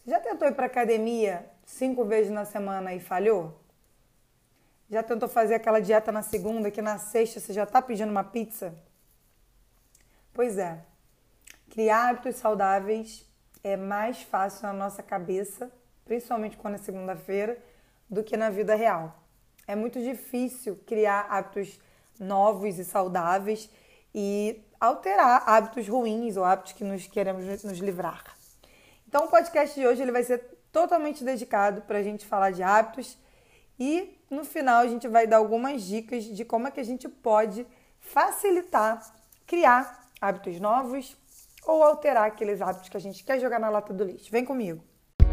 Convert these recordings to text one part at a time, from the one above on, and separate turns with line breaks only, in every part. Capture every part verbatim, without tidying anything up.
Você já tentou ir para academia cinco vezes na semana e falhou? Já tentou fazer aquela dieta na segunda, que na sexta você já está pedindo uma pizza? Pois é, criar hábitos saudáveis é mais fácil na nossa cabeça, principalmente quando é segunda-feira, do que na vida real. É muito difícil criar hábitos novos e saudáveis e alterar hábitos ruins ou hábitos que nós queremos nos livrar. Então o podcast de hoje ele vai ser totalmente dedicado para a gente falar de hábitos e no final a gente vai dar algumas dicas de como é que a gente pode facilitar, criar hábitos novos ou alterar aqueles hábitos que a gente quer jogar na lata do lixo. Vem comigo!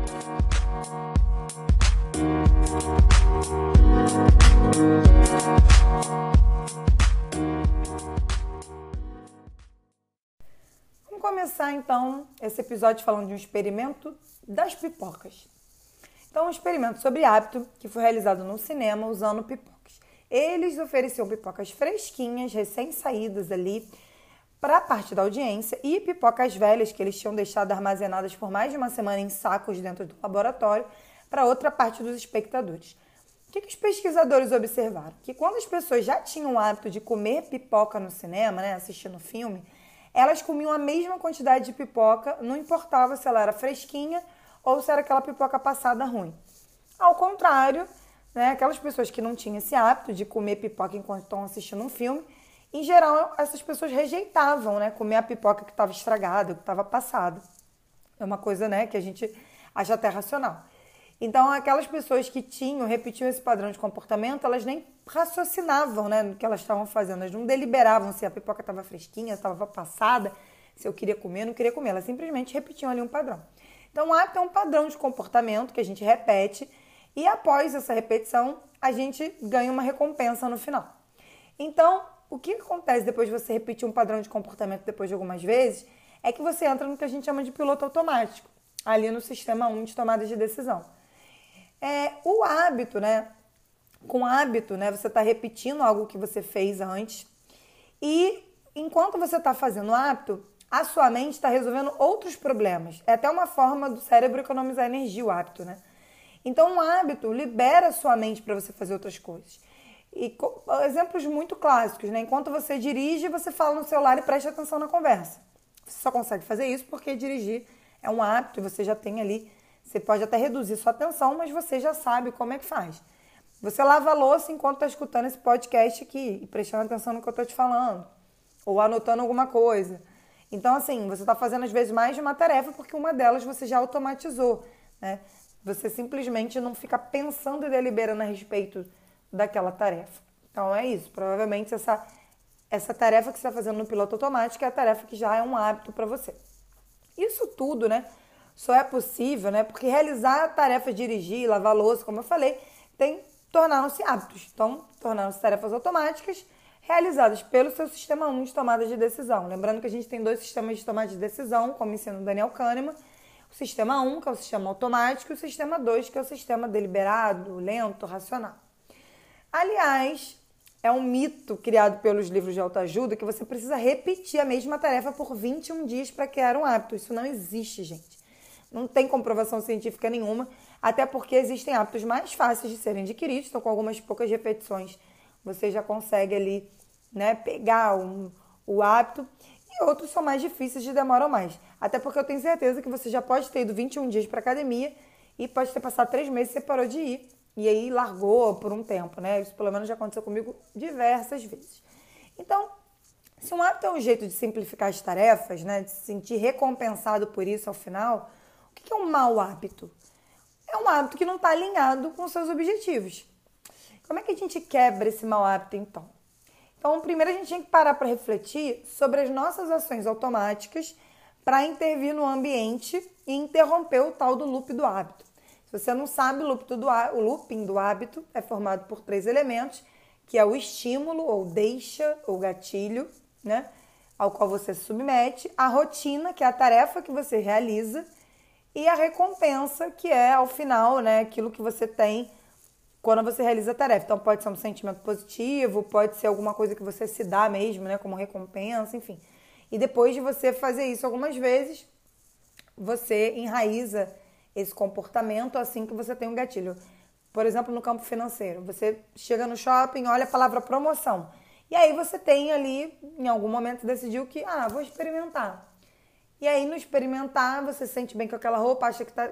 Vamos começar então esse episódio falando de um experimento das pipocas. Então, um experimento sobre hábito que foi realizado no cinema usando pipocas. Eles ofereciam pipocas fresquinhas, recém-saídas ali, para a parte da audiência e pipocas velhas que eles tinham deixado armazenadas por mais de uma semana em sacos dentro do laboratório para outra parte dos espectadores. O que, que os pesquisadores observaram? Que quando as pessoas já tinham o hábito de comer pipoca no cinema, né, assistindo filme, elas comiam a mesma quantidade de pipoca, não importava se ela era fresquinha ou se era aquela pipoca passada ruim. Ao contrário, né, aquelas pessoas que não tinham esse hábito de comer pipoca enquanto estão assistindo um filme, em geral, essas pessoas rejeitavam, né, comer a pipoca que estava estragada, que estava passada. É uma coisa, né, que a gente acha até racional. Então, aquelas pessoas que tinham, repetiam esse padrão de comportamento, elas nem raciocinavam, né, no que elas estavam fazendo. Elas não deliberavam se a pipoca estava fresquinha, estava passada, se eu queria comer ou não queria comer. Elas simplesmente repetiam ali um padrão. Então, o hábito é um padrão de comportamento que a gente repete e após essa repetição, a gente ganha uma recompensa no final. Então, o que acontece depois de você repetir um padrão de comportamento depois de algumas vezes é que você entra no que a gente chama de piloto automático, ali no sistema um de tomada de decisão. É, o hábito, né? Com hábito, né? Você está repetindo algo que você fez antes e enquanto você está fazendo o hábito, a sua mente está resolvendo outros problemas. É até uma forma do cérebro economizar energia, o hábito, né? Então, o hábito libera a sua mente para você fazer outras coisas. E exemplos muito clássicos, né? Enquanto você dirige, você fala no celular e presta atenção na conversa. Você só consegue fazer isso porque dirigir é um hábito e você já tem ali, você pode até reduzir sua atenção, mas você já sabe como é que faz. Você lava a louça enquanto está escutando esse podcast aqui e prestando atenção no que eu estou te falando. Ou anotando alguma coisa. Então, assim, você está fazendo às vezes mais de uma tarefa porque uma delas você já automatizou, né? Você simplesmente não fica pensando e deliberando a respeito daquela tarefa. Então é isso, provavelmente essa, essa tarefa que você está fazendo no piloto automático é a tarefa que já é um hábito para você. Isso tudo, né, só é possível, né, porque realizar a tarefa de dirigir, lavar louça, como eu falei, tem tornaram-se hábitos. Então, tornaram-se tarefas automáticas realizadas pelo seu sistema um de tomada de decisão. Lembrando que a gente tem dois sistemas de tomada de decisão, como ensina o Daniel Kahneman, o sistema um, que é o sistema automático, e o sistema dois, que é o sistema deliberado, lento, racional. Aliás, é um mito criado pelos livros de autoajuda que você precisa repetir a mesma tarefa por vinte e um dias para criar um hábito. Isso não existe, gente. Não tem comprovação científica nenhuma, até porque existem hábitos mais fáceis de serem adquiridos, então com algumas poucas repetições você já consegue ali, né, pegar um, o hábito, e outros são mais difíceis e demoram mais. Até porque eu tenho certeza que você já pode ter ido vinte e um dias para academia e pode ter passado três meses e você parou de ir. E aí largou por um tempo, né? Isso pelo menos já aconteceu comigo diversas vezes. Então, se um hábito é um jeito de simplificar as tarefas, né? De se sentir recompensado por isso ao final, o que é um mau hábito? É um hábito que não está alinhado com os seus objetivos. Como é que a gente quebra esse mau hábito, então? Então, primeiro a gente tem que parar para refletir sobre as nossas ações automáticas para intervir no ambiente e interromper o tal do loop do hábito. Se você não sabe, o looping do, o looping do hábito é formado por três elementos, que é o estímulo, ou deixa, ou gatilho, né, ao qual você se submete, a rotina, que é a tarefa que você realiza, e a recompensa, que é, ao final, né, aquilo que você tem quando você realiza a tarefa. Então, pode ser um sentimento positivo, pode ser alguma coisa que você se dá mesmo, né, como recompensa, enfim. E depois de você fazer isso algumas vezes, você enraiza esse comportamento assim que você tem um gatilho. Por exemplo, no campo financeiro, você chega no shopping, olha a palavra promoção. E aí você tem ali, em algum momento, decidiu que, ah, vou experimentar. E aí, no experimentar, você se sente bem com aquela roupa, acha que está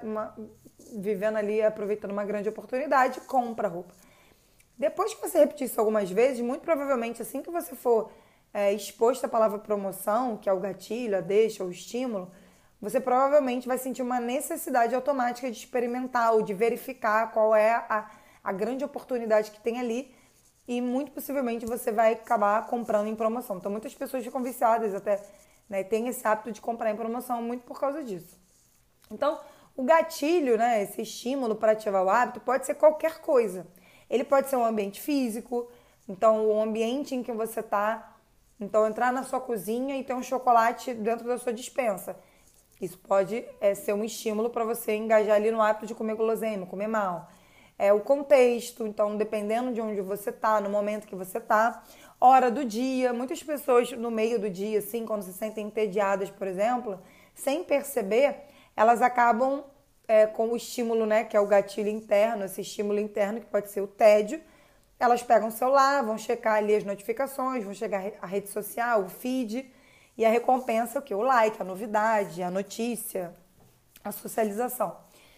vivendo ali, aproveitando uma grande oportunidade, compra a roupa. Depois que você repetir isso algumas vezes, muito provavelmente, assim que você for é, exposto à palavra promoção, que é o gatilho, a deixa, o estímulo, você provavelmente vai sentir uma necessidade automática de experimentar ou de verificar qual é a, a grande oportunidade que tem ali e muito possivelmente você vai acabar comprando em promoção. Então, muitas pessoas ficam viciadas até, né, tem esse hábito de comprar em promoção muito por causa disso. Então, o gatilho, né, esse estímulo para ativar o hábito pode ser qualquer coisa. Ele pode ser um ambiente físico, então o ambiente em que você está, então entrar na sua cozinha e ter um chocolate dentro da sua despensa. Isso pode é, ser um estímulo para você engajar ali no hábito de comer guloseima, comer mal. É o contexto, então dependendo de onde você está, no momento que você está, hora do dia. Muitas pessoas no meio do dia, assim, quando se sentem entediadas, por exemplo, sem perceber, elas acabam é, com o estímulo, né, que é o gatilho interno, esse estímulo interno que pode ser o tédio. Elas pegam o celular, vão checar ali as notificações, vão chegar a rede social, o feed. E a recompensa é o quê? O like, a novidade, a notícia, a socialização.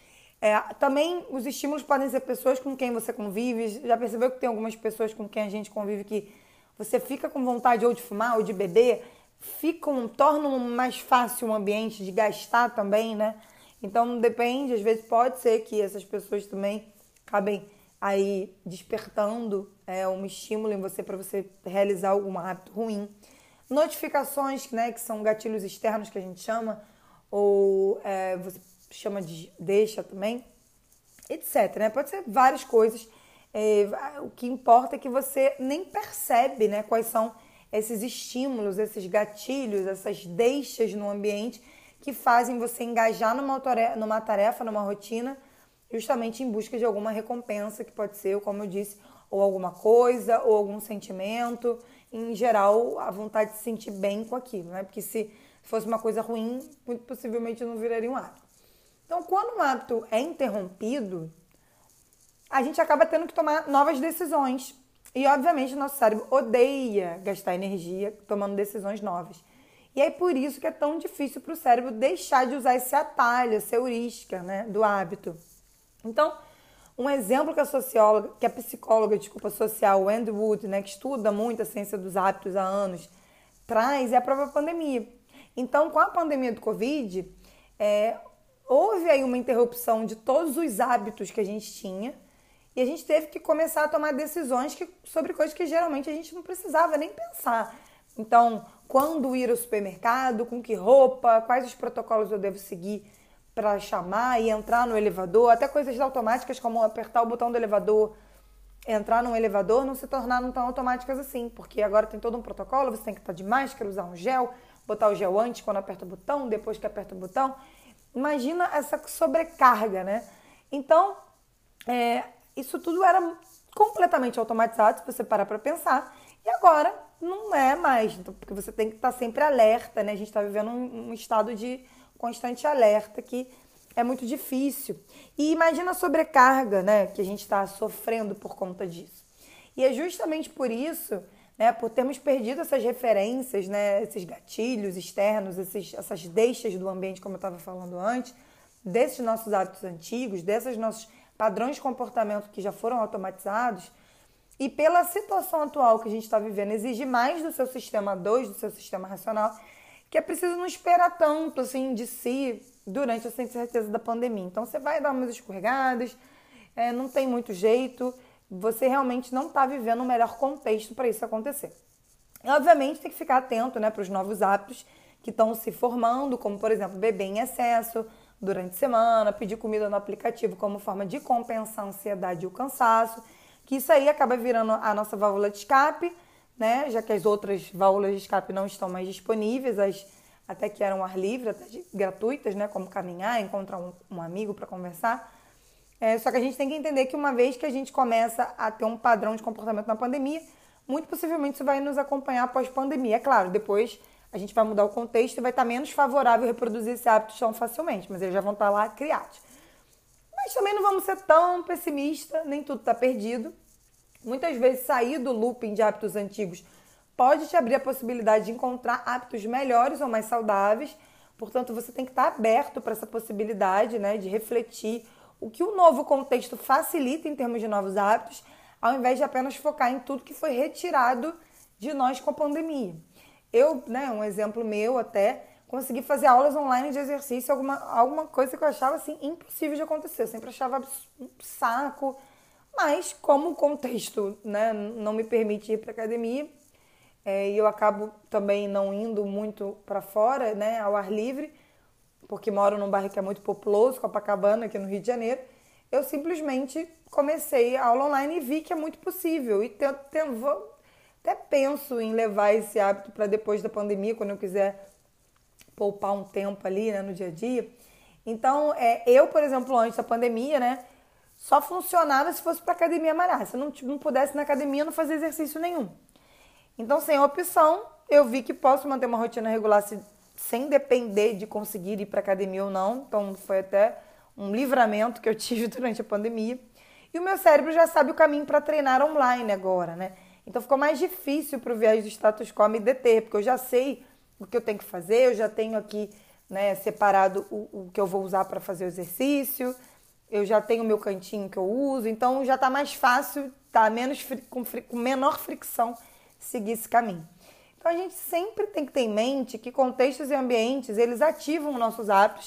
É, também os estímulos podem ser pessoas com quem você convive. Já percebeu que tem algumas pessoas com quem a gente convive que você fica com vontade ou de fumar ou de beber, ficam, tornam mais fácil o ambiente de gastar também, né? Então depende, às vezes pode ser que essas pessoas também acabem aí despertando é, um estímulo em você para você realizar algum hábito ruim. Notificações, né, que são gatilhos externos que a gente chama, ou é, você chama de deixa também, etc, né? Pode ser várias coisas. É, o que importa é que você nem percebe, né, quais são esses estímulos, esses gatilhos, essas deixas no ambiente que fazem você engajar numa tarefa, numa, tarefa, numa rotina, justamente em busca de alguma recompensa, que pode ser, como eu disse, ou alguma coisa, ou algum sentimento. Em geral, a vontade de se sentir bem com aquilo, né? Porque se fosse uma coisa ruim, muito possivelmente não viraria um hábito. Então, quando um hábito é interrompido, a gente acaba tendo que tomar novas decisões. E, obviamente, o nosso cérebro odeia gastar energia tomando decisões novas. E é por isso que é tão difícil para o cérebro deixar de usar esse atalho, essa heurística, né, do hábito. Então, um exemplo que a socióloga, que a psicóloga, desculpa, social, Wendy Wood, né, que estuda muito a ciência dos hábitos há anos, traz é a própria pandemia. Então, com a pandemia do Covid, é, houve aí uma interrupção de todos os hábitos que a gente tinha e a gente teve que começar a tomar decisões que, sobre coisas que geralmente a gente não precisava nem pensar. Então, quando ir ao supermercado, com que roupa, quais os protocolos eu devo seguir para chamar e entrar no elevador, até coisas automáticas como apertar o botão do elevador, entrar no elevador, não se tornaram tão automáticas assim, porque agora tem todo um protocolo, você tem que estar de máscara, usar um gel, botar o gel antes quando aperta o botão, depois que aperta o botão. Imagina essa sobrecarga, né? Então, é, isso tudo era completamente automatizado, se você parar para pensar, e agora não é mais, então, porque você tem que estar sempre alerta, né? A gente está vivendo um, um estado de constante alerta que é muito difícil. E imagina a sobrecarga, né, que a gente está sofrendo por conta disso. E é justamente por isso, né, por termos perdido essas referências, né, esses gatilhos externos, esses, essas deixas do ambiente, como eu estava falando antes, desses nossos hábitos antigos, desses nossos padrões de comportamento que já foram automatizados, e pela situação atual que a gente está vivendo, exige mais do seu sistema dois, do seu sistema racional, que é preciso não esperar tanto assim de si durante essa incerteza da pandemia. Então você vai dar umas escorregadas, é, não tem muito jeito, você realmente não está vivendo o melhor contexto para isso acontecer. E obviamente tem que ficar atento, né, para os novos hábitos que estão se formando, como por exemplo beber em excesso durante a semana, pedir comida no aplicativo como forma de compensar a ansiedade e o cansaço, que isso aí acaba virando a nossa válvula de escape, né? Já que as outras válvulas de escape não estão mais disponíveis, as até que eram ar livre, até de, gratuitas, né? Como caminhar, encontrar um, um amigo para conversar. É, só que a gente tem que entender que uma vez que a gente começa a ter um padrão de comportamento na pandemia, muito possivelmente isso vai nos acompanhar pós-pandemia. É claro, depois a gente vai mudar o contexto e vai estar menos favorável a reproduzir esse hábito tão facilmente, mas eles já vão estar lá criados. Mas também não vamos ser tão pessimistas, nem tudo está perdido. Muitas vezes sair do looping de hábitos antigos pode te abrir a possibilidade de encontrar hábitos melhores ou mais saudáveis. Portanto, você tem que estar aberto para essa possibilidade, né, de refletir o que o novo contexto facilita em termos de novos hábitos, ao invés de apenas focar em tudo que foi retirado de nós com a pandemia. Eu, né, um exemplo meu até, consegui fazer aulas online de exercício, alguma, alguma coisa que eu achava assim impossível de acontecer. Eu sempre achava um saco, mas como o contexto, né, não me permite ir para academia, é, e eu acabo também não indo muito para fora, né, ao ar livre, porque moro num bairro que é muito populoso, Copacabana, aqui no Rio de Janeiro, eu simplesmente comecei a aula online e vi que é muito possível. E tento, tento, vou, até penso em levar esse hábito para depois da pandemia, quando eu quiser poupar um tempo ali, né, no dia a dia. Então, é, eu, por exemplo, antes da pandemia, né, só funcionava se fosse para academia malhar. Se eu não, não pudesse ir na academia, eu não fazia exercício nenhum. Então, sem opção, eu vi que posso manter uma rotina regular se, sem depender de conseguir ir para academia ou não. Então, foi até um livramento que eu tive durante a pandemia. E o meu cérebro já sabe o caminho para treinar online agora, né? Então, ficou mais difícil para o viés do status quo me deter, porque eu já sei o que eu tenho que fazer, eu já tenho aqui, né, separado o, o que eu vou usar para fazer o exercício, eu já tenho o meu cantinho que eu uso, então já está mais fácil, tá menos, com, com menor fricção seguir esse caminho. Então a gente sempre tem que ter em mente que contextos e ambientes, eles ativam nossos hábitos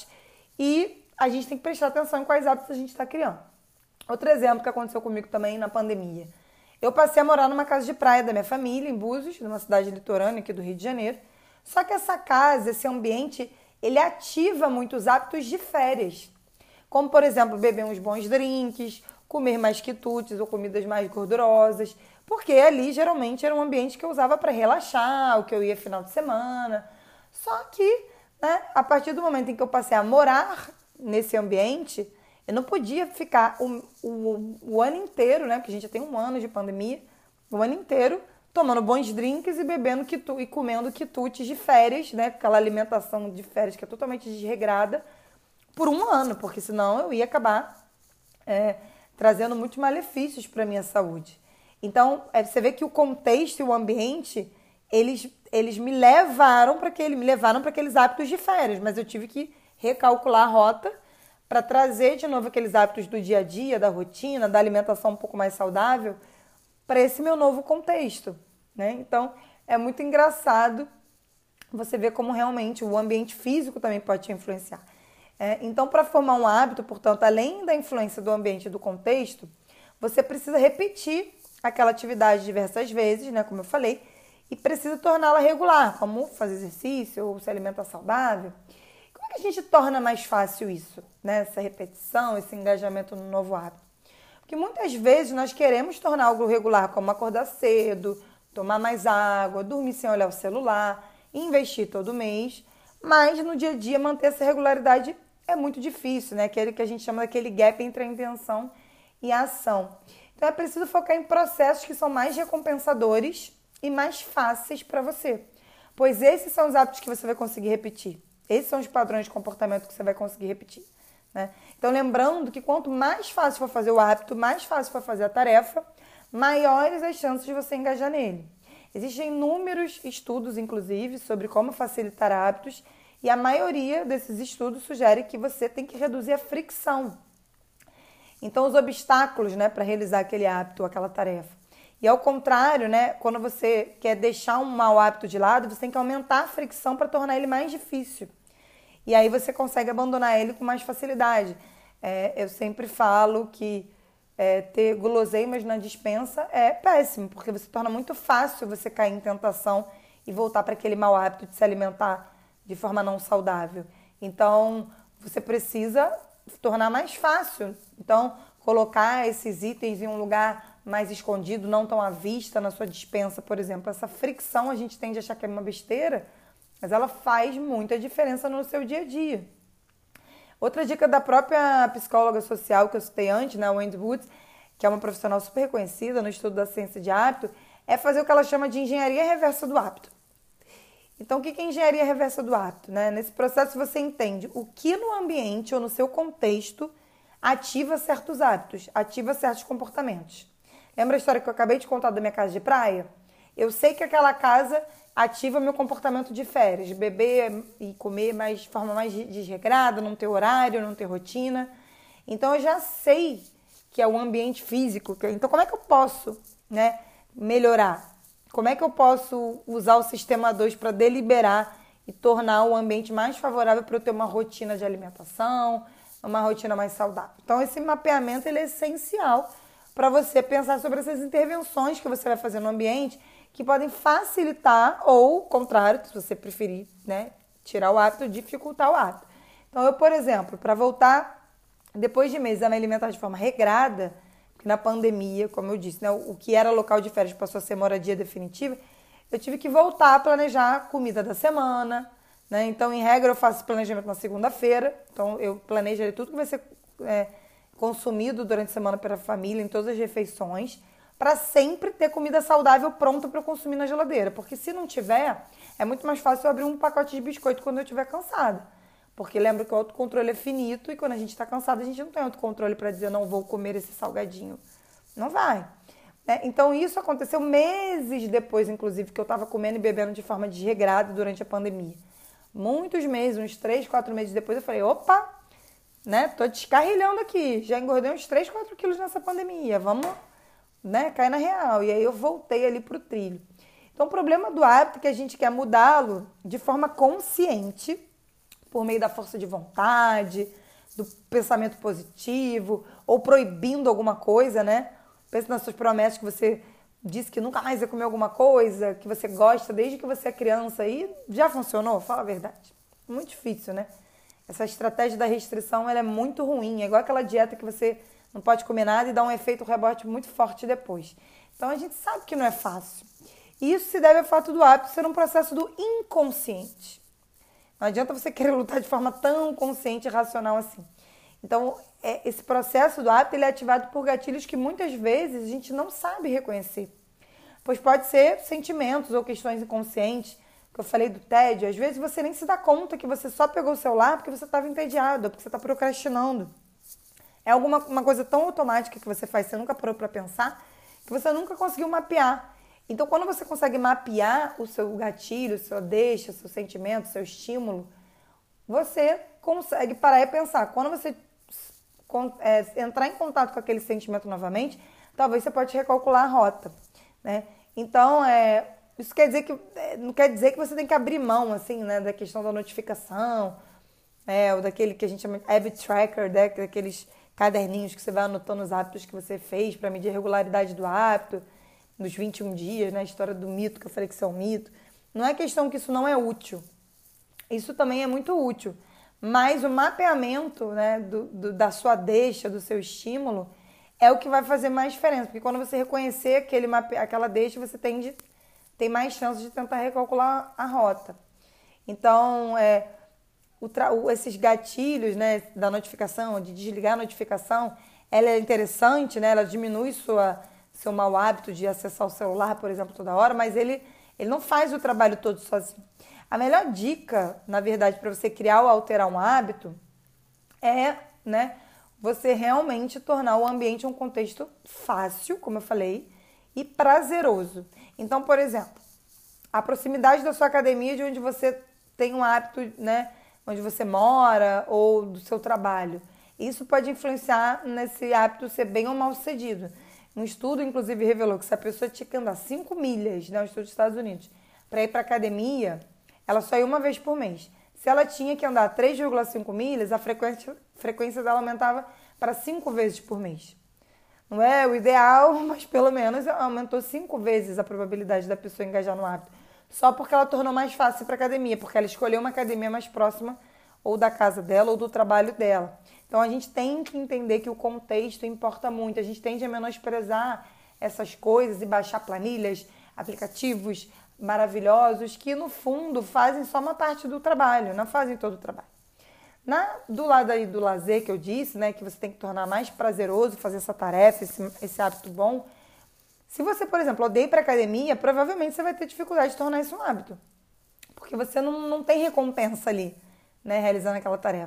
e a gente tem que prestar atenção em quais hábitos a gente está criando. Outro exemplo que aconteceu comigo também na pandemia. Eu passei a morar numa casa de praia da minha família, em Búzios, numa cidade litorânea aqui do Rio de Janeiro. Só que essa casa, esse ambiente, ele ativa muitos hábitos de férias. Como, por exemplo, beber uns bons drinks, comer mais quitutes ou comidas mais gordurosas. Porque ali, geralmente, era um ambiente que eu usava para relaxar, o que eu ia final de semana. Só que, né, a partir do momento em que eu passei a morar nesse ambiente, eu não podia ficar o, o, o ano inteiro, né, porque a gente já tem um ano de pandemia, o ano inteiro tomando bons drinks e bebendo quitu, e comendo quitutes de férias, né, aquela alimentação de férias que é totalmente desregrada, por um ano, porque senão eu ia acabar é, trazendo muitos malefícios para a minha saúde. Então, é, você vê que o contexto e o ambiente, eles, eles me levaram para aquele, me levaram para aqueles hábitos de férias, mas eu tive que recalcular a rota para trazer de novo aqueles hábitos do dia a dia, da rotina, da alimentação um pouco mais saudável, para esse meu novo contexto, né? Então, é muito engraçado você ver como realmente o ambiente físico também pode te influenciar. É, então, para formar um hábito, portanto, além da influência do ambiente e do contexto, você precisa repetir aquela atividade diversas vezes, né, como eu falei, e precisa torná-la regular, como fazer exercício ou se alimentar saudável. Como é que a gente torna mais fácil isso, né, essa repetição, esse engajamento no novo hábito? Porque muitas vezes nós queremos tornar algo regular, como acordar cedo, tomar mais água, dormir sem olhar o celular, investir todo mês, mas no dia a dia manter essa regularidade é muito difícil, né? Aquele que a gente chama daquele gap entre a intenção e a ação. Então é preciso focar em processos que são mais recompensadores e mais fáceis para você, pois esses são os hábitos que você vai conseguir repetir. Esses são os padrões de comportamento que você vai conseguir repetir, né? Então lembrando que quanto mais fácil for fazer o hábito, mais fácil for fazer a tarefa, maiores as chances de você engajar nele. Existem inúmeros estudos, inclusive, sobre como facilitar hábitos e a maioria desses estudos sugere que você tem que reduzir a fricção. Então, os obstáculos, né, para realizar aquele hábito, aquela tarefa. E ao contrário, né, quando você quer deixar um mau hábito de lado, você tem que aumentar a fricção para tornar ele mais difícil. E aí você consegue abandonar ele com mais facilidade. É, eu sempre falo que é, ter guloseimas na despensa é péssimo, porque você torna muito fácil você cair em tentação e voltar para aquele mau hábito de se alimentar de forma não saudável. Então, você precisa tornar mais fácil. Então, colocar esses itens em um lugar mais escondido, não tão à vista na sua despensa, por exemplo. Essa fricção a gente tende a achar que é uma besteira, mas ela faz muita diferença no seu dia a dia. Outra dica da própria psicóloga social que eu citei antes, né, Wendy Woods, que é uma profissional super reconhecida no estudo da ciência de hábito, é fazer o que ela chama de engenharia reversa do hábito. Então, o que é engenharia reversa do hábito, né? Nesse processo você entende o que no ambiente ou no seu contexto ativa certos hábitos, ativa certos comportamentos. Lembra a história que eu acabei de contar da minha casa de praia? Eu sei que aquela casa ativa meu comportamento de férias, beber e comer mais, de forma mais desregrada, não ter horário, não ter rotina. Então eu já sei que é o ambiente físico. Então como é que eu posso, né, melhorar? Como é que eu posso usar o sistema dois para deliberar e tornar o ambiente mais favorável para eu ter uma rotina de alimentação, uma rotina mais saudável? Então esse mapeamento ele é essencial para você pensar sobre essas intervenções que você vai fazer no ambiente que podem facilitar ou, ao contrário, se você preferir, né, tirar o hábito, dificultar o hábito. Então eu, por exemplo, para voltar depois de meses a me alimentar de forma regrada, porque na pandemia, como eu disse, né, o que era local de férias passou a ser moradia definitiva, eu tive que voltar a planejar a comida da semana, né? Então, em regra, eu faço planejamento na segunda-feira, então eu planejo ali tudo que vai ser é, consumido durante a semana pela família, em todas as refeições, para sempre ter comida saudável pronta para eu consumir na geladeira. Porque se não tiver, é muito mais fácil eu abrir um pacote de biscoito quando eu estiver cansada. Porque lembra que o autocontrole é finito e quando a gente está cansado, a gente não tem autocontrole para dizer não vou comer esse salgadinho. Não vai. Né? Então isso aconteceu meses depois, inclusive, que eu estava comendo e bebendo de forma desregrada durante a pandemia. Muitos meses, uns três, quatro meses depois, eu falei, opa, né, tô descarrilhando aqui. Já engordei uns três, quatro quilos nessa pandemia. Vamos, né, cair na real. E aí eu voltei ali pro trilho. Então o problema do hábito é que a gente quer mudá-lo de forma consciente, por meio da força de vontade, do pensamento positivo, ou proibindo alguma coisa, né? Pensa nas suas promessas que você disse que nunca mais ia comer alguma coisa, que você gosta desde que você é criança e já funcionou? Fala a verdade. Muito difícil, né? Essa estratégia da restrição ela é muito ruim. É igual aquela dieta que você não pode comer nada e dá um efeito rebote muito forte depois. Então a gente sabe que não é fácil. E isso se deve ao fato do hábito ser um processo do inconsciente. Não adianta você querer lutar de forma tão consciente e racional assim. Então, é, esse processo do hábito ele é ativado por gatilhos que muitas vezes a gente não sabe reconhecer. Pois pode ser sentimentos ou questões inconscientes, que eu falei do tédio. Às vezes você nem se dá conta que você só pegou o celular porque você estava entediado, ou porque você está procrastinando. É alguma uma coisa tão automática que você faz, você nunca parou para pensar, que você nunca conseguiu mapear. Então, quando você consegue mapear o seu gatilho, o seu deixa, o seu sentimento, o seu estímulo, você consegue parar e pensar. Quando você é, entrar em contato com aquele sentimento novamente, talvez você pode recalcular a rota, né? Então, é, isso quer dizer que, não quer dizer que você tem que abrir mão, assim, né, da questão da notificação, é, ou daquele que a gente chama de habit tracker, né, daqueles caderninhos que você vai anotando os hábitos que você fez para medir a regularidade do hábito, nos vinte e um dias, né? A história do mito, que eu falei que isso é um mito. Não é questão que isso não é útil. Isso também é muito útil. Mas o mapeamento, né, do, do, da sua deixa, do seu estímulo, é o que vai fazer mais diferença. Porque quando você reconhecer aquele mape, aquela deixa, você tende, tem mais chance de tentar recalcular a rota. Então, é, o tra, o, esses gatilhos, né, da notificação, de desligar a notificação, ela é interessante, né? Ela diminui sua... seu mau hábito de acessar o celular, por exemplo, toda hora, mas ele, ele não faz o trabalho todo sozinho. A melhor dica, na verdade, para você criar ou alterar um hábito é, né, você realmente tornar o ambiente um contexto fácil, como eu falei, e prazeroso. Então, por exemplo, a proximidade da sua academia de onde você tem um hábito, né, onde você mora ou do seu trabalho. Isso pode influenciar nesse hábito ser bem ou mal sucedido. Um estudo, inclusive, revelou que se a pessoa tinha que andar cinco milhas, né, um estudo dos Estados Unidos, para ir para a academia, ela só ia uma vez por mês. Se ela tinha que andar três vírgula cinco milhas, a frequência, frequência dela aumentava para cinco vezes por mês. Não é o ideal, mas pelo menos aumentou cinco vezes a probabilidade da pessoa engajar no hábito. Só porque ela tornou mais fácil ir para a academia, porque ela escolheu uma academia mais próxima ou da casa dela ou do trabalho dela. Então, a gente tem que entender que o contexto importa muito. A gente tende a menosprezar essas coisas e baixar planilhas, aplicativos maravilhosos que, no fundo, fazem só uma parte do trabalho, não fazem todo o trabalho. Na, do lado aí do lazer que eu disse, né, que você tem que tornar mais prazeroso fazer essa tarefa, esse, esse hábito bom. Se você, por exemplo, odeia ir para academia, provavelmente você vai ter dificuldade de tornar isso um hábito. Porque você não, não tem recompensa ali, né, realizando aquela tarefa.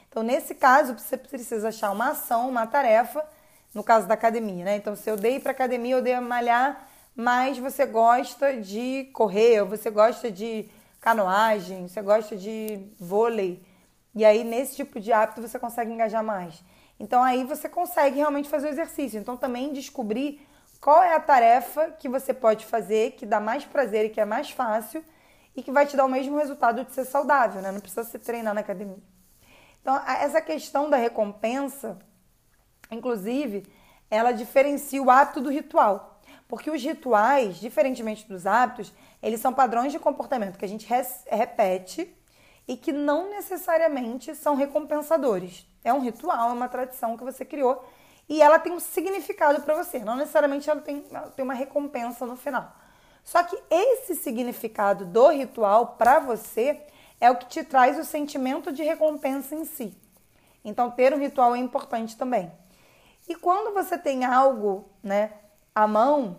Então, nesse caso, você precisa achar uma ação, uma tarefa, no caso da academia, né? Então, se eu dei para academia, eu dei a malhar, mas você gosta de correr, ou você gosta de canoagem, você gosta de vôlei. E aí, nesse tipo de hábito, você consegue engajar mais. Então, aí você consegue realmente fazer o exercício. Então, também descobrir qual é a tarefa que você pode fazer, que dá mais prazer e que é mais fácil, e que vai te dar o mesmo resultado de ser saudável, né? Não precisa se treinar na academia. Então, essa questão da recompensa, inclusive, ela diferencia o hábito do ritual. Porque os rituais, diferentemente dos hábitos, eles são padrões de comportamento que a gente repete e que não necessariamente são recompensadores. É um ritual, é uma tradição que você criou e ela tem um significado para você. Não necessariamente ela tem, ela tem uma recompensa no final. Só que esse significado do ritual para você é o que te traz o sentimento de recompensa em si. Então, ter um ritual é importante também. E quando você tem algo, né, à mão,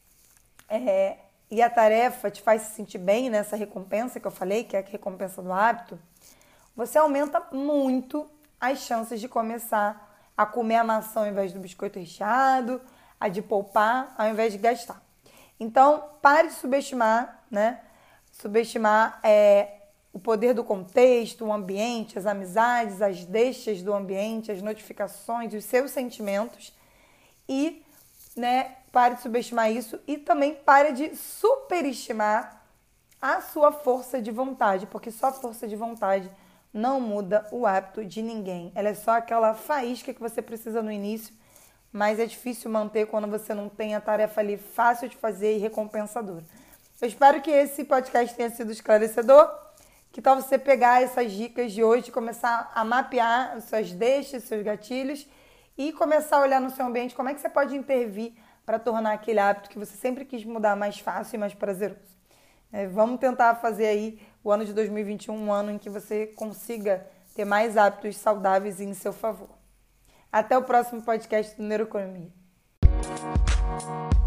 é, e a tarefa te faz se sentir bem nessa recompensa que eu falei, que é a recompensa do hábito, você aumenta muito as chances de começar a comer a maçã ao invés do biscoito recheado, a de poupar ao invés de gastar. Então, pare de subestimar, né? Subestimar é, o poder do contexto, o ambiente, as amizades, as deixas do ambiente, as notificações, os seus sentimentos e, né, pare de subestimar isso e também pare de superestimar a sua força de vontade, porque só a força de vontade não muda o hábito de ninguém. Ela é só aquela faísca que você precisa no início, mas é difícil manter quando você não tem a tarefa ali fácil de fazer e recompensadora. Eu espero que esse podcast tenha sido esclarecedor. Que tal você pegar essas dicas de hoje e começar a mapear as suas deixas, seus gatilhos e começar a olhar no seu ambiente como é que você pode intervir para tornar aquele hábito que você sempre quis mudar mais fácil e mais prazeroso. É, vamos tentar fazer aí o ano de dois mil e vinte e um um ano em que você consiga ter mais hábitos saudáveis em seu favor. Até o próximo podcast do Neuroeconomia.